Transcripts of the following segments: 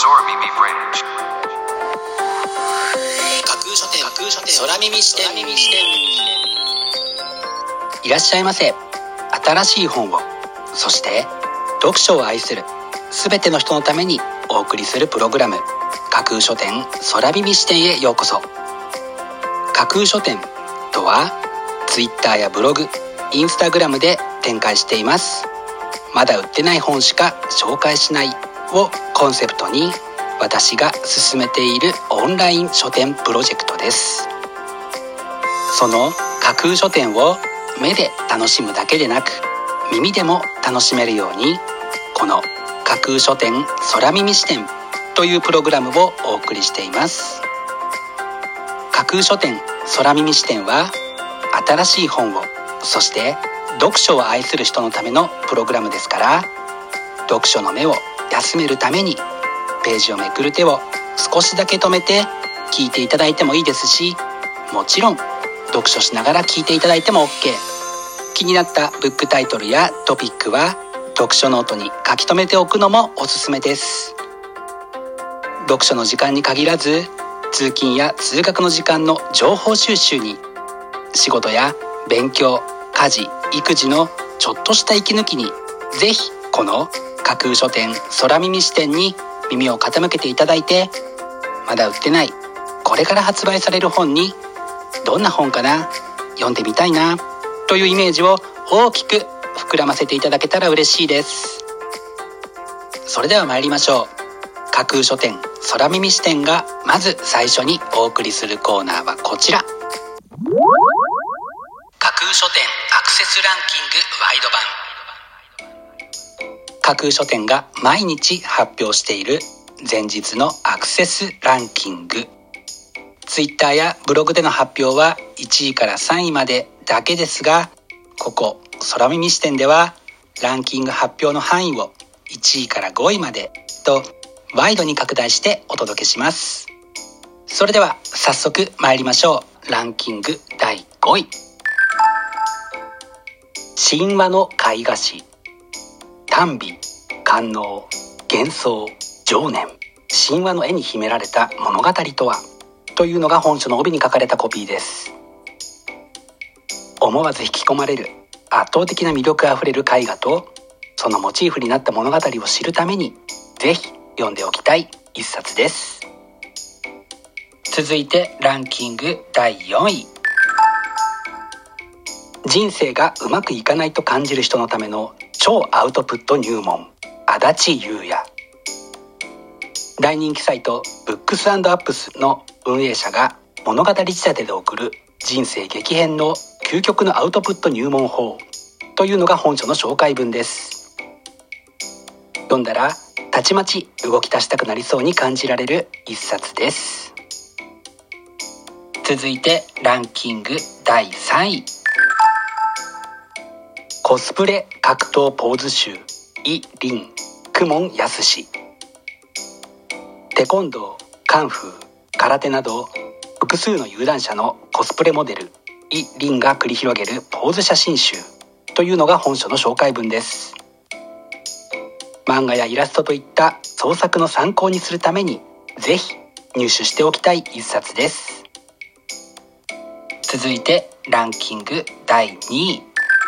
架空書店空耳視点。いらっしゃいませ。新しい本を、そして読書を愛するすべての人のためにお送りするプログラム、架空書店空耳視点へようこそ。架空書店とはツイッターやブログ、インスタグラムで展開しています。まだ売ってない本しか紹介しないをコンセプトに、私が進めているオンライン書店プロジェクトです。その架空書店を目で楽しむだけでなく、耳でも楽しめるように、この架空書店空耳視点というプログラムをお送りしています。架空書店空耳視点は、新しい本を、そして読書を愛する人のためのプログラムですから、読書の目を休めるためにページをめくる手を少しだけ止めて聞いていただいてもいいですし、もちろん読書しながら聞いていただいても OK。 気になったブックタイトルやトピックは読書ノートに書き留めておくのもおすすめです。読書の時間に限らず、通勤や通学の時間の情報収集に、仕事や勉強、家事、育児のちょっとした息抜きに、ぜひこの架空書店空耳視点に耳を傾けていただいて、まだ売ってない、これから発売される本に、どんな本かな、読んでみたいなというイメージを大きく膨らませていただけたら嬉しいです。それでは参りましょう。架空書店空耳視点がまず最初にお送りするコーナーはこちら。架空書店アクセスランキングワイド版。架空書店が毎日発表している前日のアクセスランキング。ツイッターやブログでの発表は1位から3位までだけですが、ここ空耳視点ではランキング発表の範囲を1位から5位までとワイドに拡大してお届けします。それでは早速参りましょう。ランキング第5位。神話の絵画史。耽美、官能、幻想、情念。神話の絵に秘められた物語とは、というのが本書の帯に書かれたコピーです。思わず引き込まれる圧倒的な魅力あふれる絵画と、そのモチーフになった物語を知るためにぜひ読んでおきたい一冊です。続いてランキング第4位。人生がうまくいかないと感じる人のための超アウトプット入門、足立裕也。大人気サイトブックス&アップスの運営者が物語仕立てで送る人生激変の究極のアウトプット入門法というのが本書の紹介文です。読んだらたちまち動き出したくなりそうに感じられる一冊です。続いてランキング第3位。コスプレ格闘ポーズ集、イ・リン、公文康史。テコンドー、カンフー、空手など複数の有段者のコスプレモデル、イ・リンが繰り広げるポーズ写真集というのが本書の紹介文です。漫画やイラストといった創作の参考にするためにぜひ入手しておきたい一冊です。続いてランキング第2位。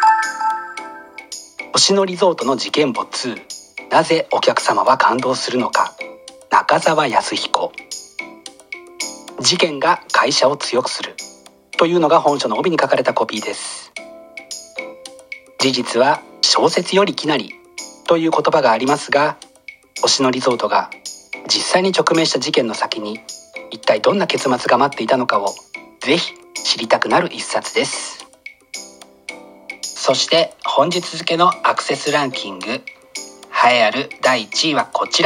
星野リゾートの事件簿2、なぜお客様は感動するのか、中澤康彦。事件が会社を強くするというのが本書の帯に書かれたコピーです。事実は小説よりきなりという言葉がありますが、星野リゾートが実際に直面した事件の先に一体どんな結末が待っていたのかをぜひ知りたくなる一冊です。そして本日付のアクセスランキング栄えある第1位はこちら。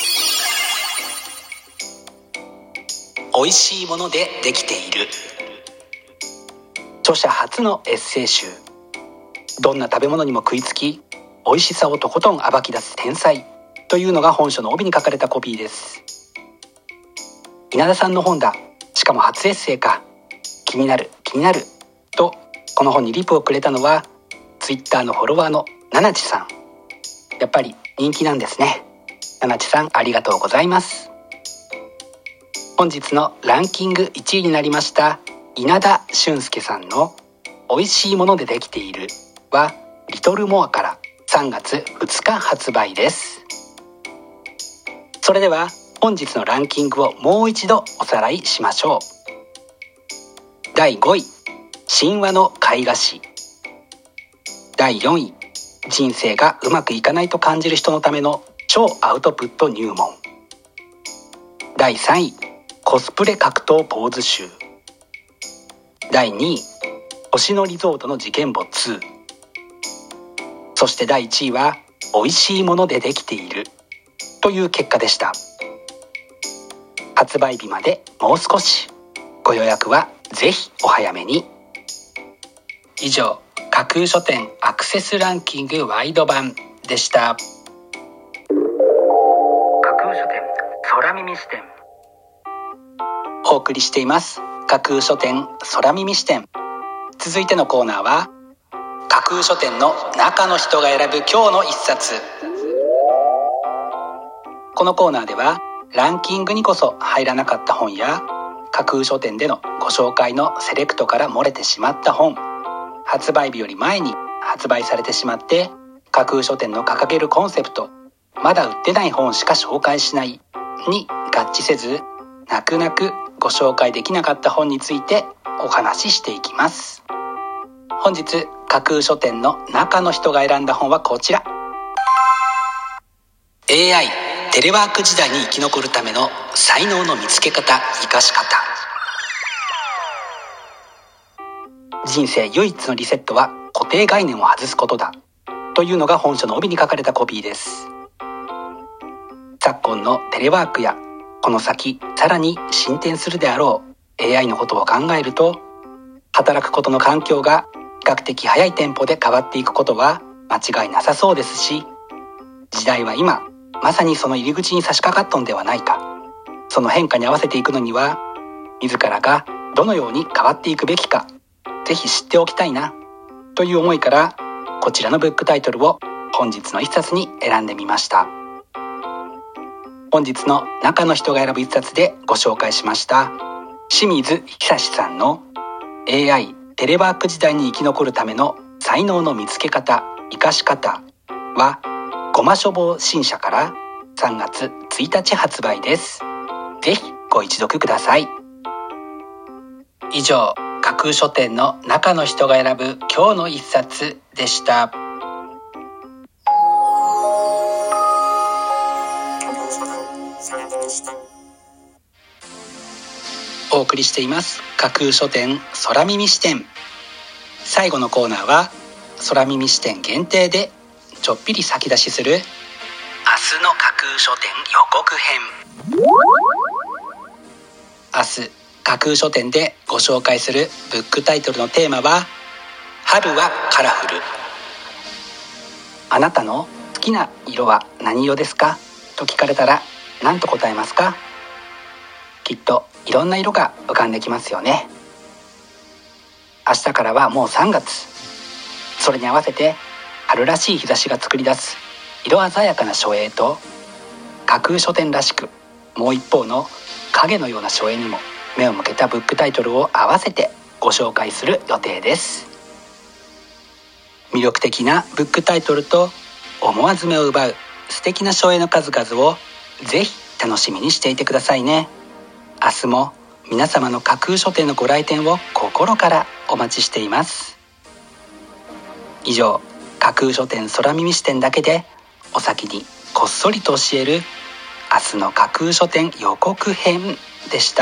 美味しいものでできている。著者初のエッセイ集。どんな食べ物にも食いつき、美味しさをとことん暴き出す天才というのが本書の帯に書かれたコピーです。稲田さんの本だ、しかも初エッセイか、気になるとこの本にリプをくれたのはツイッターのフォロワーのななちさん。やっぱり人気なんですね。 ななちさんありがとうございます。本日のランキング1位になりました稲田俊介さんの美味しいものでできているはリトルモアから3月2日発売です。それでは本日のランキングをもう一度おさらいしましょう。第5位、神話の絵画師。第4位、人生がうまくいかないと感じる人のための超アウトプット入門。第3位、コスプレ格闘ポーズ集。第2位、星野リゾートの事件簿2。そして第1位は美味しいものでできているという結果でした。発売日までもう少し。ご予約はぜひお早めに。以上、架空書店アクセスランキングワイド版でした。架空書店空耳視点、お送りしています架空書店空耳視点。続いてのコーナーは架空書店の中の人が選ぶ今日の一冊。このコーナーではランキングにこそ入らなかった本や架空書店でのご紹介のセレクトから漏れてしまった本、発売日より前に発売されてしまって架空書店の掲げるコンセプト、まだ売ってない本しか紹介しないに合致せず、泣く泣くご紹介できなかった本についてお話ししていきます。本日架空書店の中の人が選んだ本はこちら。 AI テレワーク時代に生き残るための才能の見つけ方、生かし方。人生唯一のリセットは固定概念を外すことだというのが本書の帯に書かれたコピーです。昨今のテレワークやこの先さらに進展するであろう AI のことを考えると、働くことの環境が比較的早いテンポで変わっていくことは間違いなさそうですし、時代は今まさにその入り口に差し掛かったのではないか。その変化に合わせていくのには自らがどのように変わっていくべきか、ぜひ知っておきたいなという思いからこちらのブックタイトルを本日の一冊に選んでみました。本日の中の人が選ぶ一冊でご紹介しました清水久さんの AI テレワーク時代に生き残るための才能の見つけ方、生かし方はごま書房新社から3月1日発売です。ぜひご一読ください。以上、架空書店の中の人が選ぶ今日の一冊でした。お送りしています架空書店空耳視点。最後のコーナーは空耳視点限定でちょっぴり先出しする明日の架空書店予告編。明日架空書店でご紹介するブックタイトルのテーマは春はカラフル。あなたの好きな色は何色ですかと聞かれたら何と答えますか？きっといろんな色が浮かんできますよね。明日からはもう3月。それに合わせて春らしい日差しが作り出す色鮮やかな書影と、架空書店らしくもう一方の影のような書影にも目を向けたブックタイトルを合わせてご紹介する予定です。魅力的なブックタイトルと思わず目を奪う素敵な書影の数々をぜひ楽しみにしていてくださいね。明日も皆様の架空書店のご来店を心からお待ちしています。以上、架空書店空耳視点だけでお先にこっそりと教える明日の架空書店予告編でした。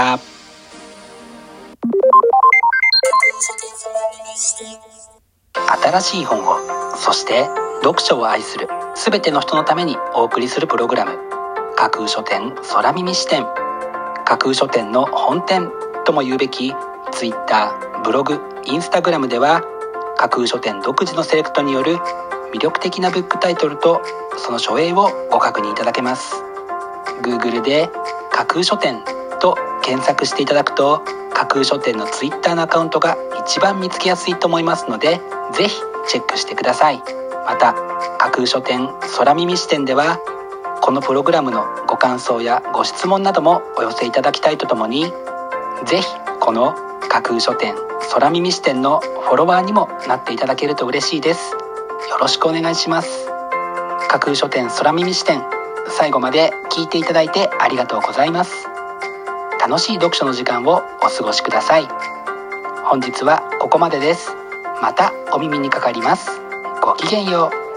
新しい本を、そして読書を愛するすべての人のためにお送りするプログラム、架空書店空耳視点。架空書店の本店とも言うべき Twitter、ブログ、インスタグラムでは架空書店独自のセレクトによる魅力的なブックタイトルとその書影をご確認いただけます。 Google で架空書店と検索していただくと架空書店の Twitter のアカウントが一番見つけやすいと思いますので、ぜひチェックしてください。また架空書店空耳視点ではこのプログラムのご感想やご質問などもお寄せいただきたいとともに、ぜひこの架空書店空耳視点のフォロワーにもなっていただけると嬉しいです。よろしくお願いします。架空書店空耳視点、最後まで聞いていただいてありがとうございます。楽しい読書の時間をお過ごしください。本日はここまでです。またお耳にかかります。ごきげんよう。